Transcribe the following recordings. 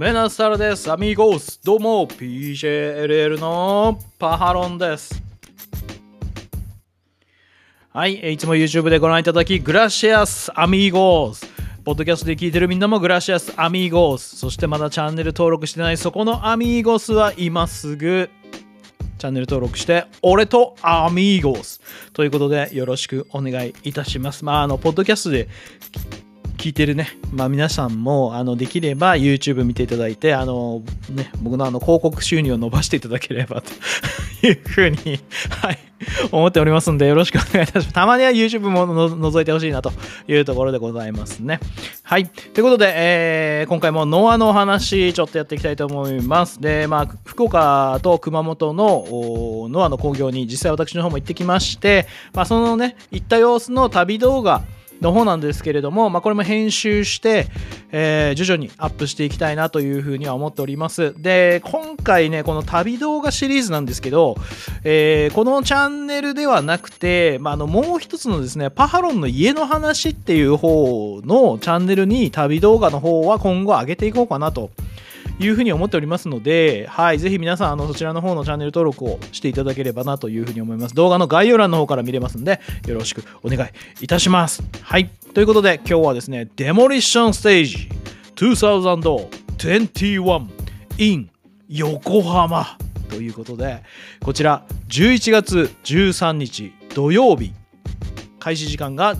メナスタラです。アミーゴス。どうも、PJLL のパハロンです。はい、いつも YouTube でご覧いただき、グラシアス、アミーゴス。ポッドキャストで聞いてるみんなもグラシアス、アミーゴス。そしてまだチャンネル登録してないそこのアミーゴスは今すぐチャンネル登録して、俺とアミーゴスということでよろしくお願いいたします。ポッドキャストで聞いてるね、皆さんもできれば YouTube 見ていただいて僕の広告収入を伸ばしていただければというふうに、思っておりますのでよろしくお願いいたします。たまには YouTube も覗いてほしいなというところでございますね。はい、ということで、今回もノアのお話ちょっとやっていきたいと思います。で、福岡と熊本のノアの興行に実際私の方も行ってきまして、そのね行った様子の旅動画の方なんですけれども、これも編集して、徐々にアップしていきたいなというふうには思っております。で、今回ねこの旅動画シリーズなんですけど、このチャンネルではなくて、もう一つのですねパハロンの家の話っていう方のチャンネルに旅動画の方は今後上げていこうかなというふうに思っておりますので、ぜひ皆さんそちらの方のチャンネル登録をしていただければなというふうに思います。動画の概要欄の方から見れますのでよろしくお願いいたします。はい、ということで今日はですねデモリッションステージ2021 in 横浜ということで、こちら11月13日土曜日、開始時間が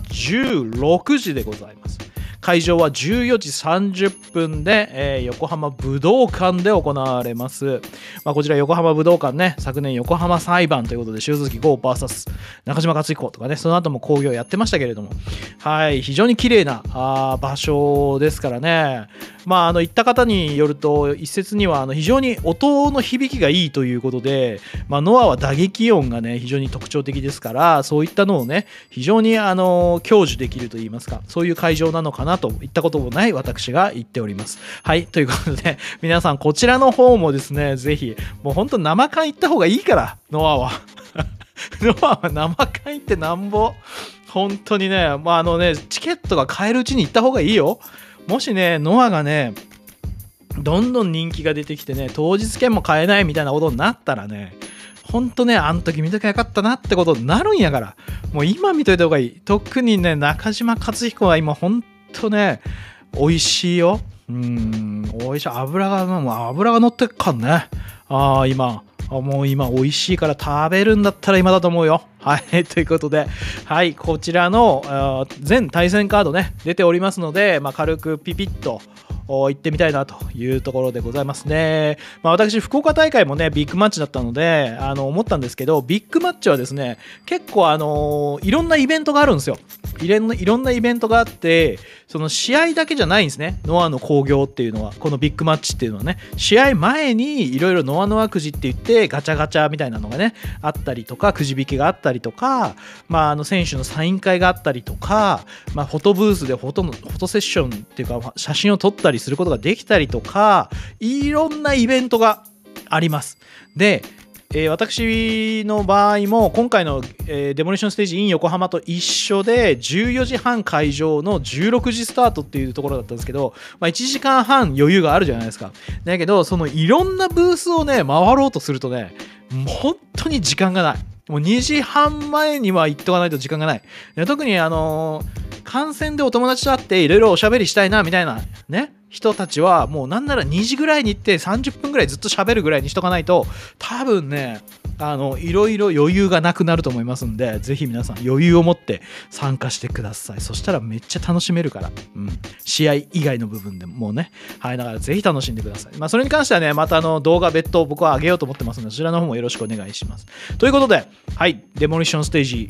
16時でございます。会場は14時30分で、横浜武道館で行われます。こちら横浜武道館ね、昨年横浜裁判ということで塩月剛 VS 中島克彦とかね、その後も興行やってましたけれども、非常に綺麗な場所ですからね。行った方によると一説には非常に音の響きがいいということで、ノアは打撃音がね非常に特徴的ですから、そういったのをね非常に享受できるといいますか、そういう会場なのかなといったこともない私が言っております。はい、ということで皆さんこちらの方もですねぜひもう本当生感行った方がいいから、ノアはノアは生感行ってなんぼ本当にね、チケットが買えるうちに行った方がいいよ。もしねノアがねどんどん人気が出てきてね当日券も買えないみたいなことになったらね、ほんとねあの時見ときゃよかったなってことになるんやから、もう今見といた方がいい。特にね中島克彦は今ほんとね美味しいよ。美味しい。油が乗ってっかんね。もう今美味しいから食べるんだったら今だと思うよ。はい、ということで、こちらの全対戦カードね出ておりますので、軽くピピッと行ってみたいなというところでございますね。私福岡大会もねビッグマッチだったので思ったんですけど、ビッグマッチはですね結構いろんなイベントがあるんですよ。いろんなイベントがあって、その試合だけじゃないんですね。ノアの興行っていうのは、このビッグマッチっていうのはね、試合前にいろいろノアノアくじって言ってガチャガチャみたいなのがねあったりとか、くじ引きがあったりとか、選手のサイン会があったりとか、フォトブースでフォトセッションっていうか写真を撮ったりすることができたりとか、いろんなイベントがあります。で私の場合も今回の、デモリッションステージ in 横浜と一緒で14時半会場の16時スタートっていうところだったんですけど、1時間半余裕があるじゃないですか。だけどそのいろんなブースをね回ろうとするとね本当に時間がない。もう2時半前には行っとかないと時間がない。特に観戦でお友達と会っていろいろおしゃべりしたいなみたいなね人たちはもうなんなら2時ぐらいに行って30分ぐらいずっと喋るぐらいにしとかないと、多分ねいろいろ余裕がなくなると思いますんで、ぜひ皆さん余裕を持って参加してください。そしたらめっちゃ楽しめるから、試合以外の部分でもね、だからぜひ楽しんでください。それに関してはねまた動画別途僕は上げようと思ってますので、そちらの方もよろしくお願いします。ということで、デモリッションステージ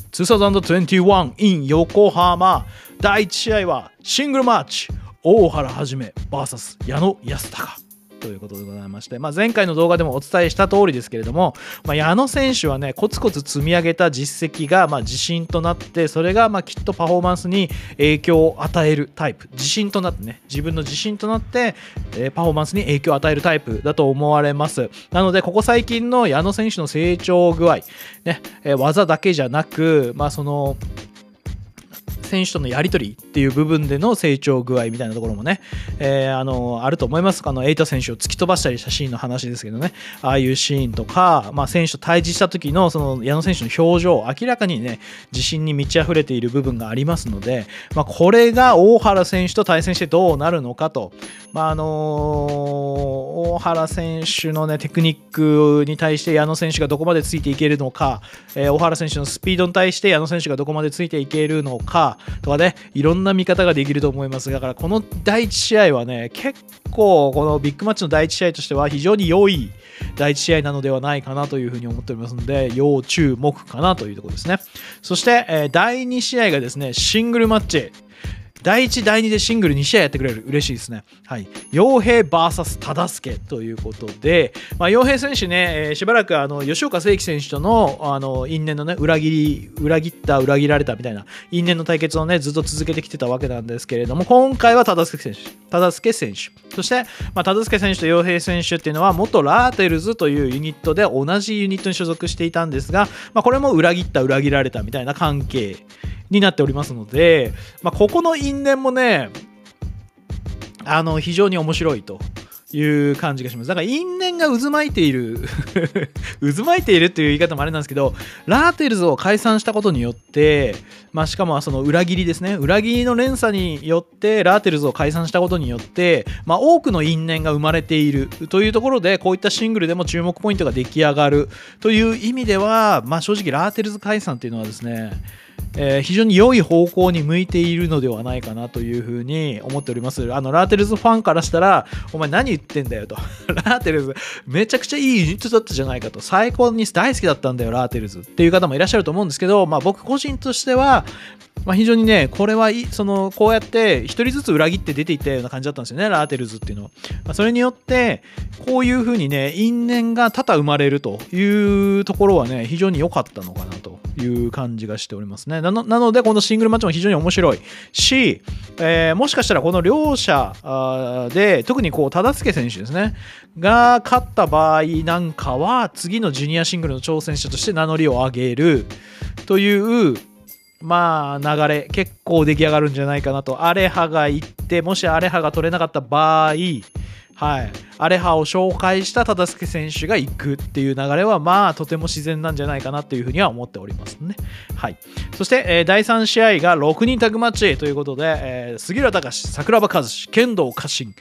2021 in 横浜第1試合はシングルマッチ大原はじめ VS 矢野安隆ということでございまして、前回の動画でもお伝えした通りですけれども、矢野選手はねコツコツ積み上げた実績が自信となって、それがきっとパフォーマンスに影響を与えるタイプ、自信となってね、自分の自信となってパフォーマンスに影響を与えるタイプだと思われます。なのでここ最近の矢野選手の成長具合ね、技だけじゃなくその選手とのやり取りっていう部分での成長具合みたいなところもね、あると思います。エイタ選手を突き飛ばしたりしたシーンの話ですけどね、ああいうシーンとか、選手と対峙した時のその矢野選手の表情、明らかにね自信に満ち溢れている部分がありますので、これが大原選手と対戦してどうなるのかと、大原選手のねテクニックに対して矢野選手がどこまでついていけるのか、大原選手のスピードに対して矢野選手がどこまでついていけるのかとかね、いろんな見方ができると思います。だからこの第1試合はね、結構このビッグマッチの第1試合としては非常に良い第1試合なのではないかなというふうに思っておりますので、要注目かなというところですね。そして、第2試合がですね、シングルマッチ。第1、第2でシングル2試合やってくれる。嬉しいですね。はい。陽平 VS 忠相ということで、陽平選手ね、しばらく吉岡誠樹選手との因縁のね、裏切られたみたいな因縁の対決をね、ずっと続けてきてたわけなんですけれども、今回は忠相選手。そして、忠相選手と陽平選手っていうのは、元ラーテルズというユニットで同じユニットに所属していたんですが、これも裏切られたみたいな関係になっておりますので、ここの因縁もね、非常に面白いという感じがします。だから因縁が渦巻いている渦巻いているっていう言い方もあれなんですけど、ラーテルズを解散したことによって、しかもその裏切りですね、裏切りの連鎖によってラーテルズを解散したことによって、多くの因縁が生まれているというところで、こういったシングルでも注目ポイントが出来上がるという意味では、正直ラーテルズ解散っていうのはですね、非常に良い方向に向いているのではないかなというふうに思っております。ラーテルズファンからしたら、お前何言ってんだよと。ラーテルズめちゃくちゃいいユニットだったじゃないかと。最高に大好きだったんだよ、ラーテルズっていう方もいらっしゃると思うんですけど、僕個人としては、非常にね、これはこうやって一人ずつ裏切って出ていったような感じだったんですよね、ラーテルズっていうのは。それによって、こういうふうにね、因縁が多々生まれるというところはね、非常に良かったのかなという感じがしておりますね。なので、このシングルマッチも非常に面白いし、もしかしたらこの両者で、特に忠相選手ですね、が勝った場合なんかは、次のジュニアシングルの挑戦者として名乗りを上げるという、流れ結構出来上がるんじゃないかなと。アレハが行って、もしアレハが取れなかった場合、アレハを紹介した忠相選手が行くっていう流れはとても自然なんじゃないかなっていうふうには思っておりますね。そして、第3試合が6人タッグマッチということで、杉浦隆、桜庭和志、剣道家臣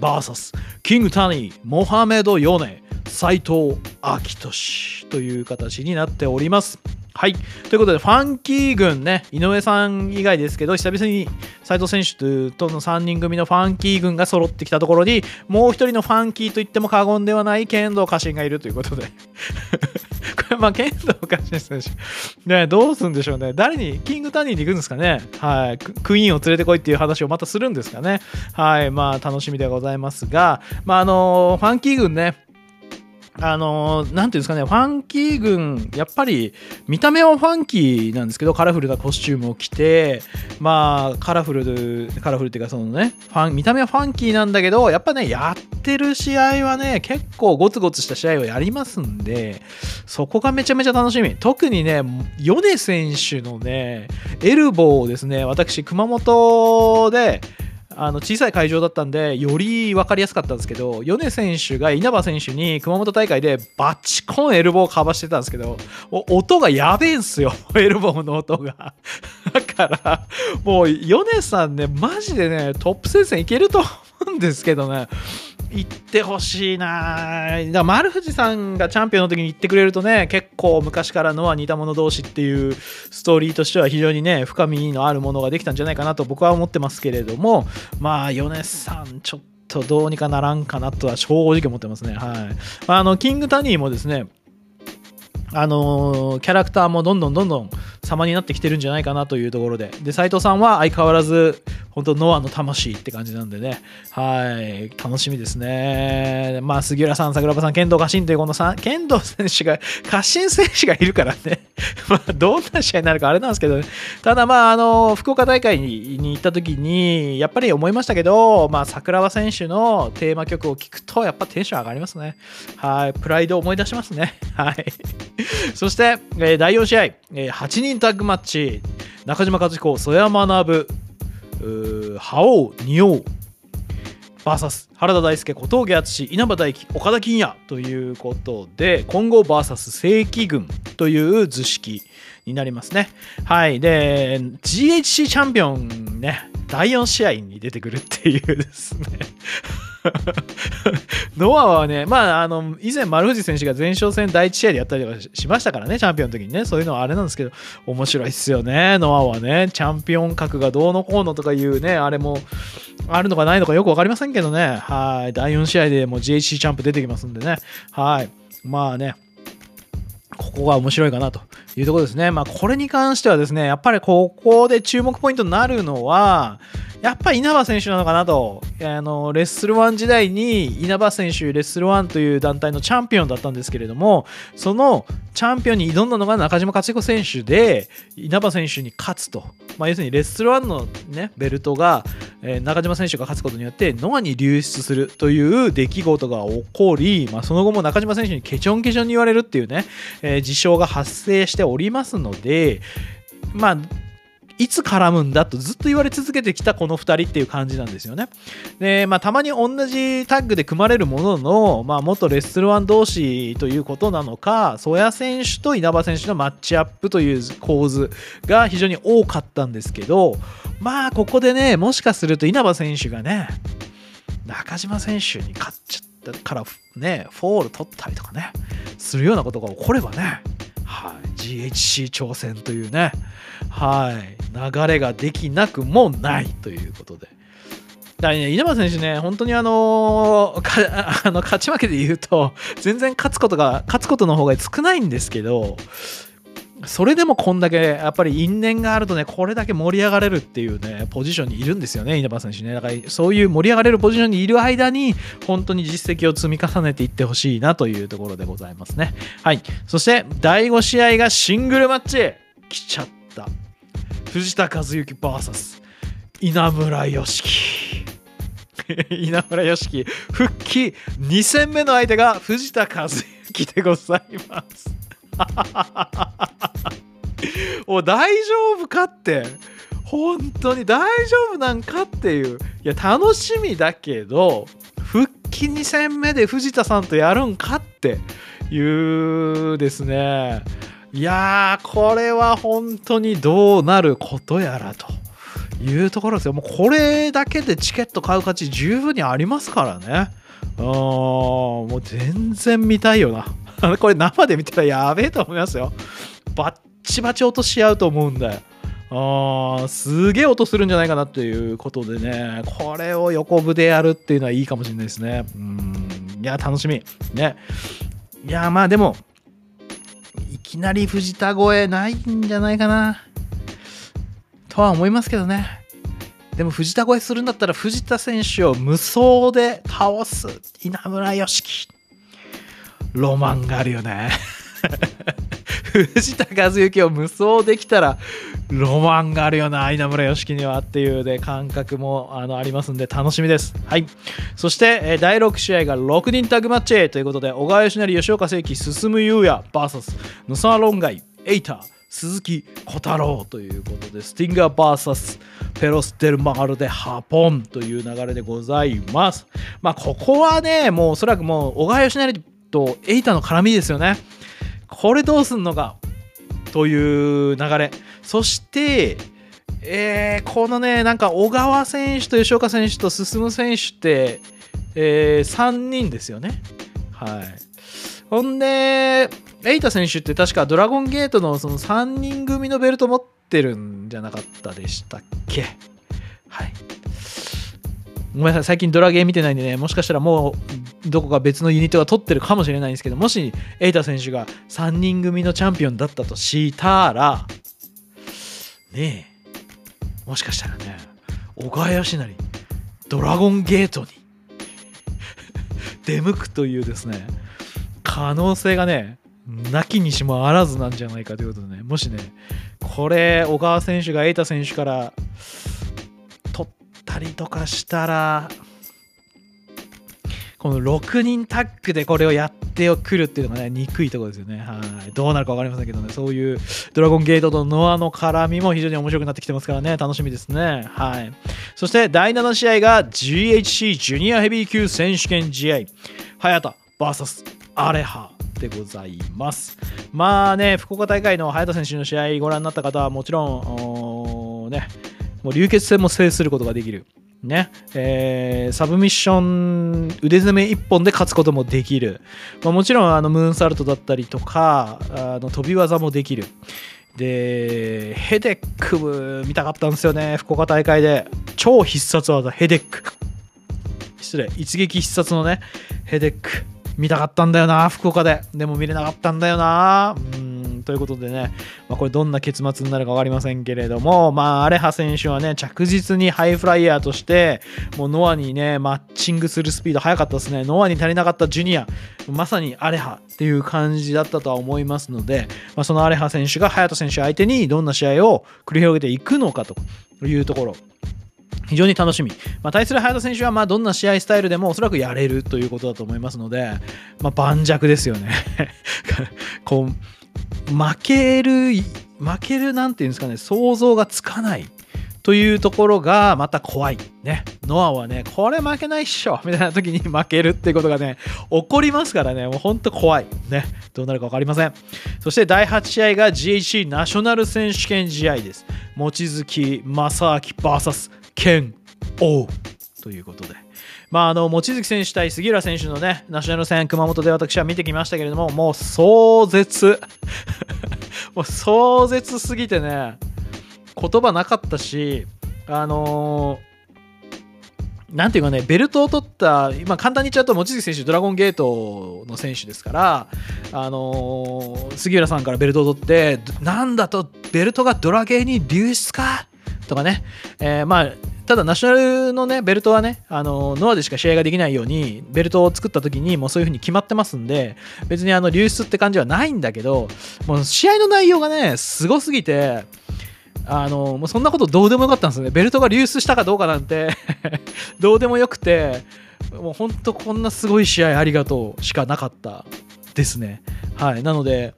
VS キングタニー、モハメド・ヨネ、斉藤明俊という形になっております。ということで、ファンキー軍ね、井上さん以外ですけど、久々に斉藤選手との3人組のファンキー軍が揃ってきたところに、もう一人のファンキーと言っても過言ではない剣道家臣がいるということで。これ剣道家臣選手。ね、どうするんでしょうね。誰に、キングタニーに行くんですかね。クイーンを連れてこいっていう話をまたするんですかね。楽しみでございますが、ファンキー軍ね、なんていうんですかね、ファンキー軍、やっぱり見た目はファンキーなんですけど、カラフルなコスチュームを着て、カラフルっていうか、見た目はファンキーなんだけど、やっぱね、やってる試合はね、結構ゴツゴツした試合をやりますんで、そこがめちゃめちゃ楽しみ。特にね、米選手のね、エルボーをですね、私、熊本で、小さい会場だったんでより分かりやすかったんですけど、米選手が稲葉選手に熊本大会でバチコンエルボーをかばしてたんですけど、音がやべえんすよ、エルボーの音が。だからもう米さんね、マジでねトップ戦線いけると思うんですけどね、行ってほしいな。だから丸藤さんがチャンピオンの時に言ってくれるとね、結構昔からのは似た者同士っていうストーリーとしては非常にね、深みのあるものができたんじゃないかなと僕は思ってますけれども、米さんちょっとどうにかならんかなとは正直思ってますね。キングタニーもですね、キャラクターもどんどん様になってきてるんじゃないかなというところで、斉藤さんは相変わらず本当ノアの魂って感じなんでね、はい、楽しみですね。まあ杉浦さん、桜庭さん、剣道家臣というこの剣道選手が家臣選手がいるからねまあどんな試合になるかあれなんですけど、ね、ただまあ福岡大会に行った時にやっぱり思いましたけど、まあ桜庭選手のテーマ曲を聞くとやっぱテンション上がりますね。はい、プライドを思い出しますね。はいそして、第4試合、8人タッグマッチ、中島和彦、曽山学、覇王仁王 VS 原田大輔、小峠敦、稲葉大輝、岡田金也ということで、混合 VS 正規軍という図式になりますね。はい。で、GHC チャンピオンね、第4試合に出てくるっていうですねノアはね、まあ、以前丸藤選手が前哨戦第1試合でやったりとかしましたからね、チャンピオンの時にね、そういうのはあれなんですけど、面白いっすよね、ノアはね。チャンピオン格がどうのこうのとかいうね、あれもあるのかないのかよく分かりませんけどね、はい、第4試合でもう GHC チャンプ出てきますんでね、はい、まあね、ここが面白いかなというところですね。まあこれに関してはですね、やっぱりここで注目ポイントになるのは、やっぱり稲葉選手なのかなと。レッスル1時代に稲葉選手、レッスル1という団体のチャンピオンだったんですけれども、そのチャンピオンに挑んだのが中島勝彦選手で、稲葉選手に勝つと。まあ、要するにレッスル1の、ね、ベルトが、中島選手が勝つことによってノアに流出するという出来事が起こり、まあ、その後も中島選手にケチョンケチョンに言われるっていうね、事象が発生しておりますので、まあいつ絡むんだとずっと言われ続けてきたこの2人っていう感じなんですよね。で、まあ、たまに同じタッグで組まれるものの、まあ、元レッスル1同士ということなのか、曽谷選手と稲葉選手のマッチアップという構図が非常に多かったんですけど、まあここでね、もしかすると稲葉選手がね、中島選手に勝っちゃったからね、フォール取ったりとかね、するようなことが起こればね、はい、GHC 挑戦というね、はい、流れができなくもないということで。だからね、稲葉選手ね、本当に勝ち負けで言うと、全然勝つことの方が少ないんですけど、それでもこんだけやっぱり因縁があるとね、これだけ盛り上がれるっていうね、ポジションにいるんですよね、稲葉選手ね。だからそういう盛り上がれるポジションにいる間に、本当に実績を積み重ねていってほしいなというところでございますね。はい。そして第5試合がシングルマッチ来ちゃった。藤田和幸 VS 稲村良樹稲村良樹復帰2戦目の相手が藤田和幸でございますお大丈夫かって本当に大丈夫なんかっていう、いや楽しみだけど復帰2戦目で藤田さんとやるんかっていうですね。いやー、これは本当にどうなることやらというところですよ。もうこれだけでチケット買う価値十分にありますからね。もう全然見たいよなこれ生で見たらやべえと思いますよ。バッチバチ落とし合うと思うんだよ。すげえ音するんじゃないかなということでね、これを横部でやるっていうのはいいかもしれないですね。いや楽しみね。いやまあでもいきなり藤田超えないんじゃないかなとは思いますけどね。でも藤田超えするんだったら藤田選手を無双で倒す稲村良樹、ロマンがあるよね藤田和幸を無双できたらロマンがあるよな、稲村良樹にはっていうね感覚もありますんで楽しみです。はい。そして、第6試合が6人タッグマッチということで、小川義成、吉岡誠樹、進優也 VS 野沢論外、エイター、鈴木小太郎ということで、スティンガー VS ペロス・デルマールでハポンという流れでございます。まあここはね、もうおそらくもう小川義成とエイターの絡みですよね。これどうすんのかという流れ。そして、このね、なんか小川選手と吉岡選手と進選手って、3人ですよね。はい。ほんで、エイタ選手って確かドラゴンゲートのその3人組のベルト持ってるんじゃなかったでしたっけ。はい。ごめんなさい、最近ドラゲー見てないんでね、もしかしたらもうどこか別のユニットが取ってるかもしれないんですけど、もしエイタ選手が3人組のチャンピオンだったとしたら、ねえ、もしかしたらね、 小川義成ドラゴンゲートに出向くというですね、可能性がねなきにしもあらずなんじゃないかということでね、もしねこれ小川選手が瑛太選手から取ったりとかしたら、この6人タッグでこれをやってくるっていうのがね憎いところですよね。はい、どうなるか分かりませんけどね、そういうドラゴンゲートとノアの絡みも非常に面白くなってきてますからね、楽しみですね。はい。そして第7試合が GHC ジュニアヘビー級選手権試合、早田 VS アレハでございます。まあね、福岡大会の早田選手の試合ご覧になった方はもちろんね、もう流血戦も制することができるね、サブミッション腕攻め1本で勝つこともできる、もちろんムーンサルトだったりとか飛び技もできる。でヘデック見たかったんですよね、福岡大会で。超必殺技ヘデック、失礼、一撃必殺のねヘデック見たかったんだよな、福岡で。でも見れなかったんだよな。ということでね、これどんな結末になるか分かりませんけれども、アレハ選手はね着実にハイフライヤーとしてもうノアにねマッチングするスピード速かったですね。ノアに足りなかったジュニア、まさにアレハっていう感じだったとは思いますので、そのアレハ選手が早田選手相手にどんな試合を繰り広げていくのかというところ、非常に楽しみ。対する早田選手はどんな試合スタイルでもおそらくやれるということだと思いますので、盤石ですよねこう負けるなんていうんですかね、想像がつかないというところがまた怖いね。ノアはねこれ負けないっしょみたいな時に負けるってことがね起こりますからね、もうほんと怖いね。どうなるか分かりません。そして第8試合が GHC ナショナル選手権試合です。望月正明 VS 剣王ということで、望月選手対杉浦選手のねナショナル戦、熊本で私は見てきましたけれども、もう壮絶もう壮絶すぎてね言葉なかったし、なんていうかね、ベルトを取った今簡単に言っちゃうと望月選手ドラゴンゲートの選手ですから、杉浦さんからベルトを取ってなんだとベルトがドラゲーに流出かとかね、ただナショナルのねベルトはねノアでしか試合ができないようにベルトを作った時にもうそういう風に決まってますんで、別に流出って感じはないんだけど、もう試合の内容がねすごすぎてもうそんなことどうでもよかったんですよね。ベルトが流出したかどうかなんてどうでもよくて、もうほんとこんなすごい試合ありがとうしかなかったですね。はい。なので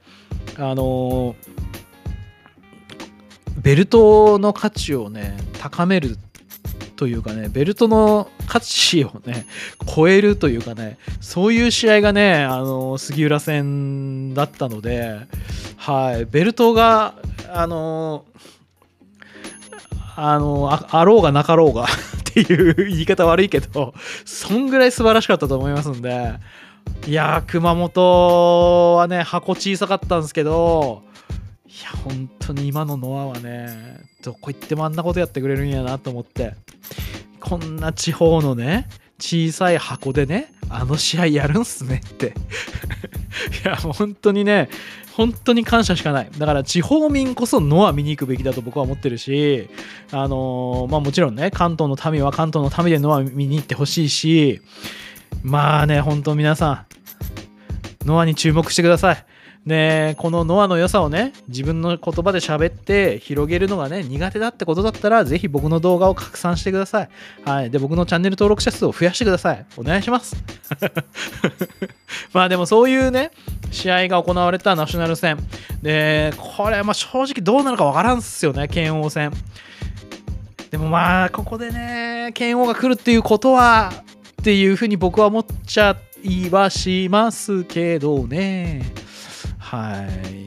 ベルトの価値をね高めるというかね、ベルトの価値をね超えるというかね、そういう試合がね杉浦戦だったので、はい、ベルトがあろうがなかろうがっていう言い方悪いけど、そんぐらい素晴らしかったと思いますんで、いやー熊本はね箱小さかったんですけど、いや本当に今のノアはねどこ行ってもあんなことやってくれるんやなと思って、こんな地方のね小さい箱でね試合やるんすねっていや本当にね本当に感謝しかない。だから地方民こそノア見に行くべきだと僕は思ってるし、もちろんね関東の民は関東の民でノア見に行ってほしいし、本当皆さんノアに注目してください。でこのノアの良さをね自分の言葉で喋って広げるのがね苦手だってことだったら、ぜひ僕の動画を拡散してください。はい。で僕のチャンネル登録者数を増やしてください。お願いしますでもそういうね試合が行われたナショナル戦で、これ正直どうなるかわからんっすよね、剣王戦。でもここでね剣王が来るっていうことはっていうふうに僕は思っちゃいはしますけどね。はい。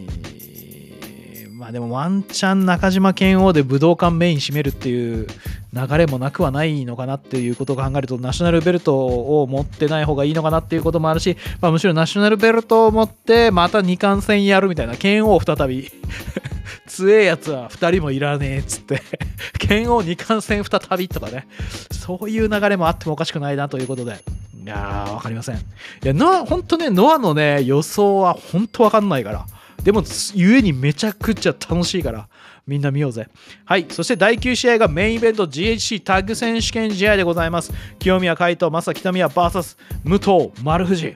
でもワンチャン中島健王で武道館メイン占めるっていう流れもなくはないのかなっていうことを考えると、ナショナルベルトを持ってない方がいいのかなっていうこともあるし、むしろナショナルベルトを持ってまた2冠戦やるみたいな、剣王再び強えやつは2人もいらねえっつって剣王2冠戦再びとかね、そういう流れもあってもおかしくないなということで、いやーわかりません。いや本当ねノアのね予想は本当わかんないから、でもゆえにめちゃくちゃ楽しいからみんな見ようぜ。はい。そして第9試合がメインイベント GHC タッグ選手権試合でございます。清宮海斗、正木北宮 VS 武藤丸藤。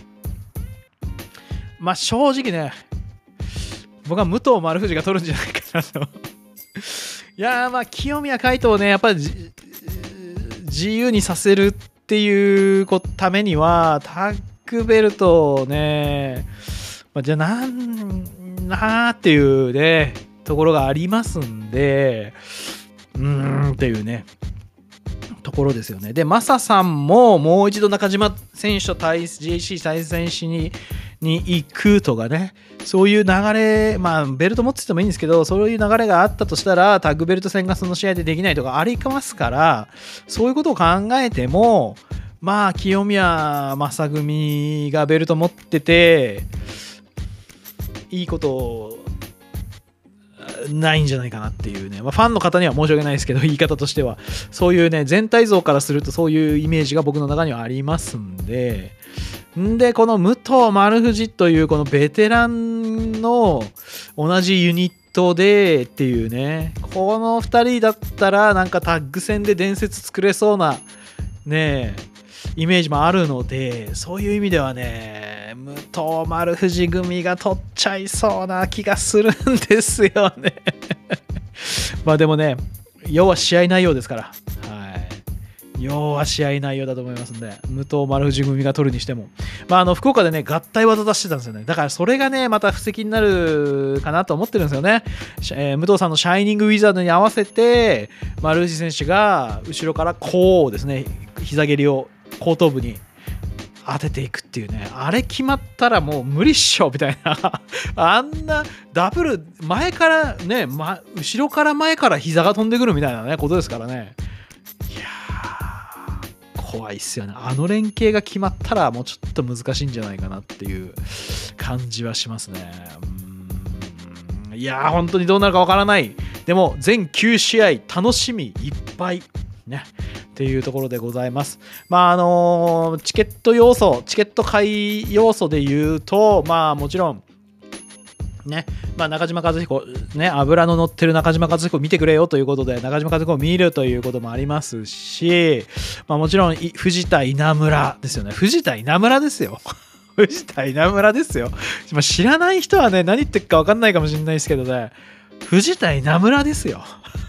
まあ正直ね、僕は武藤丸藤が取るんじゃないかなと。いやーまあ清宮海斗をね、やっぱり自由にさせるっていうためには、タッグベルトをね、じゃあなーっていうね、ところがありますんで、っていうね、ところですよね。で、マサさんももう一度中島選手とGHC 対戦しに行くとかね、そういう流れ、まあベルト持っててもいいんですけど、そういう流れがあったとしたら、タッグベルト戦がその試合でできないとかありますから、そういうことを考えても、まあ清宮正組がベルト持ってて、いいことないんじゃないかなっていうね、ファンの方には申し訳ないですけど、言い方としてはそういうね、全体像からするとそういうイメージが僕の中にはありますんで、この武藤丸藤というこのベテランの同じユニットでっていうね、この2人だったらなんかタッグ戦で伝説作れそうなねイメージもあるので、そういう意味ではね、武藤丸藤組が取っちゃいそうな気がするんですよね。まあでもね、要は試合内容ですから、要は試合内容だと思いますんで、武藤丸藤組が取るにしても、福岡でね、合体技出してたんですよね。だからそれがね、また布石になるかなと思ってるんですよね。武藤さんのシャイニングウィザードに合わせて、丸藤選手が後ろからこうですね、膝蹴りを後頭部に当てていくっていうね、あれ決まったらもう無理っしょみたいなあんなダブル前からね、後ろから前から膝が飛んでくるみたいなねことですからね。いやー怖いっすよね。あの連携が決まったらもうちょっと難しいんじゃないかなっていう感じはしますね。いやー本当にどうなるかわからない。でも全9試合楽しみいっぱいねっていうところでございます。チケット要素、チケット買い要素で言うと、もちろんね、中島和彦ね、油の乗ってる中島和彦見てくれよということで中島和彦を見るということもありますし、もちろん藤田稲村ですよね。藤田稲村ですよ。藤田稲村ですよ。知らない人はね、何言ってるか分かんないかもしれないですけどね、藤田稲村ですよ。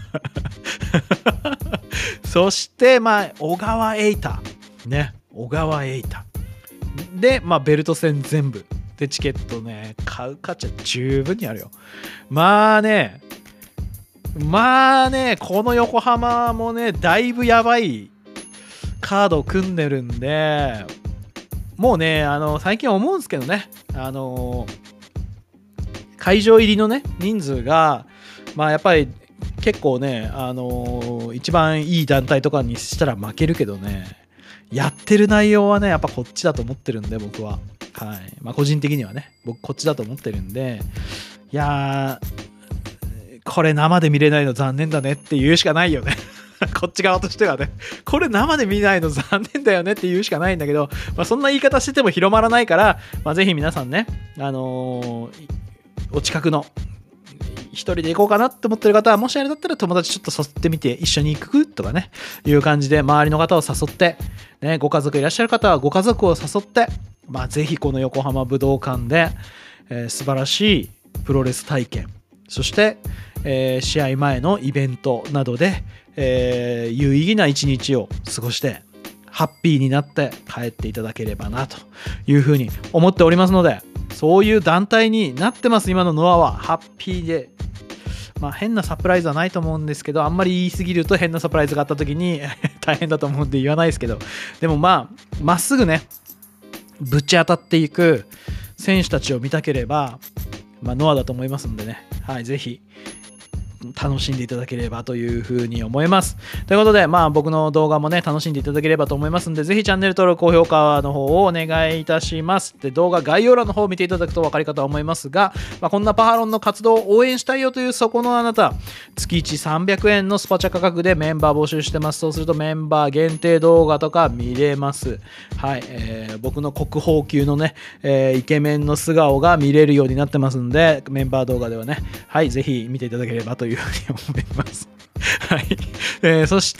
そして小川瑛太ね、小川瑛太でベルト戦全部でチケットね買う価値は十分にあるよ。この横浜もねだいぶやばいカードを組んでるんで、もうね最近思うんですけどね、会場入りのね人数がやっぱり結構ね、一番いい団体とかにしたら負けるけどね、やってる内容はねやっぱこっちだと思ってるんで僕は、個人的にはね僕こっちだと思ってるんで、いやーこれ生で見れないの残念だねって言うしかないよね。こっち側としてはね、これ生で見ないの残念だよねって言うしかないんだけど、そんな言い方してても広まらないから、ぜひ皆さんね、お近くの一人で行こうかなって思ってる方は、もしあれだったら友達ちょっと誘ってみて一緒に行くとかねいう感じで周りの方を誘って、ね、ご家族いらっしゃる方はご家族を誘って、ぜひこの横浜武道館で、素晴らしいプロレス体験、そして、試合前のイベントなどで、有意義な一日を過ごしてハッピーになって帰っていただければなというふうに思っておりますので、そういう団体になってます。今のノアはハッピーで、変なサプライズはないと思うんですけど、あんまり言い過ぎると変なサプライズがあった時に大変だと思うんで言わないですけど、でもまっすぐねぶち当たっていく選手たちを見たければ、ノアだと思いますんでね、ぜひ楽しんでいただければというふうに思います。ということで、僕の動画もね楽しんでいただければと思いますので、ぜひチャンネル登録高評価の方をお願いいたします。で、動画概要欄の方を見ていただくと分かりかと思いますが、こんなパハロンの活動を応援したいよというそこのあなた、月1300円のスパチャ価格でメンバー募集してます。そうするとメンバー限定動画とか見れます。僕の国宝級のね、イケメンの素顔が見れるようになってますんで、メンバー動画ではね、ぜひ見ていただければといういうふうに思います。はい。そして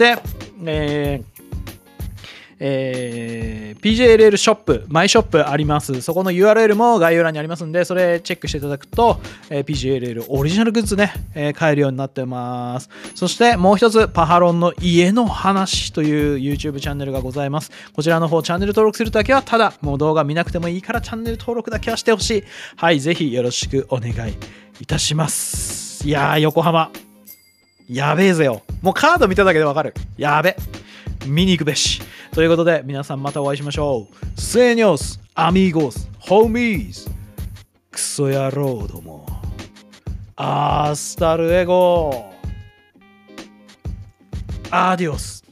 、PJLL ショップ、マイショップあります。そこの URL も概要欄にありますんで、それチェックしていただくと、PJLL オリジナルグッズね、買えるようになってます。そしてもう一つ、パハロンの家の話という YouTube チャンネルがございます。こちらの方、チャンネル登録するだけはただ、もう動画見なくてもいいからチャンネル登録だけはしてほしい。はい、ぜひよろしくお願いいたします。いやー、横浜。やべえぜよ。もうカード見ただけでわかる。やべ。見に行くべし。ということで、皆さんまたお会いしましょう。セニョス、アミーゴス、ホーミーズ、クソ野郎ども。アスタルエゴ。アディオス。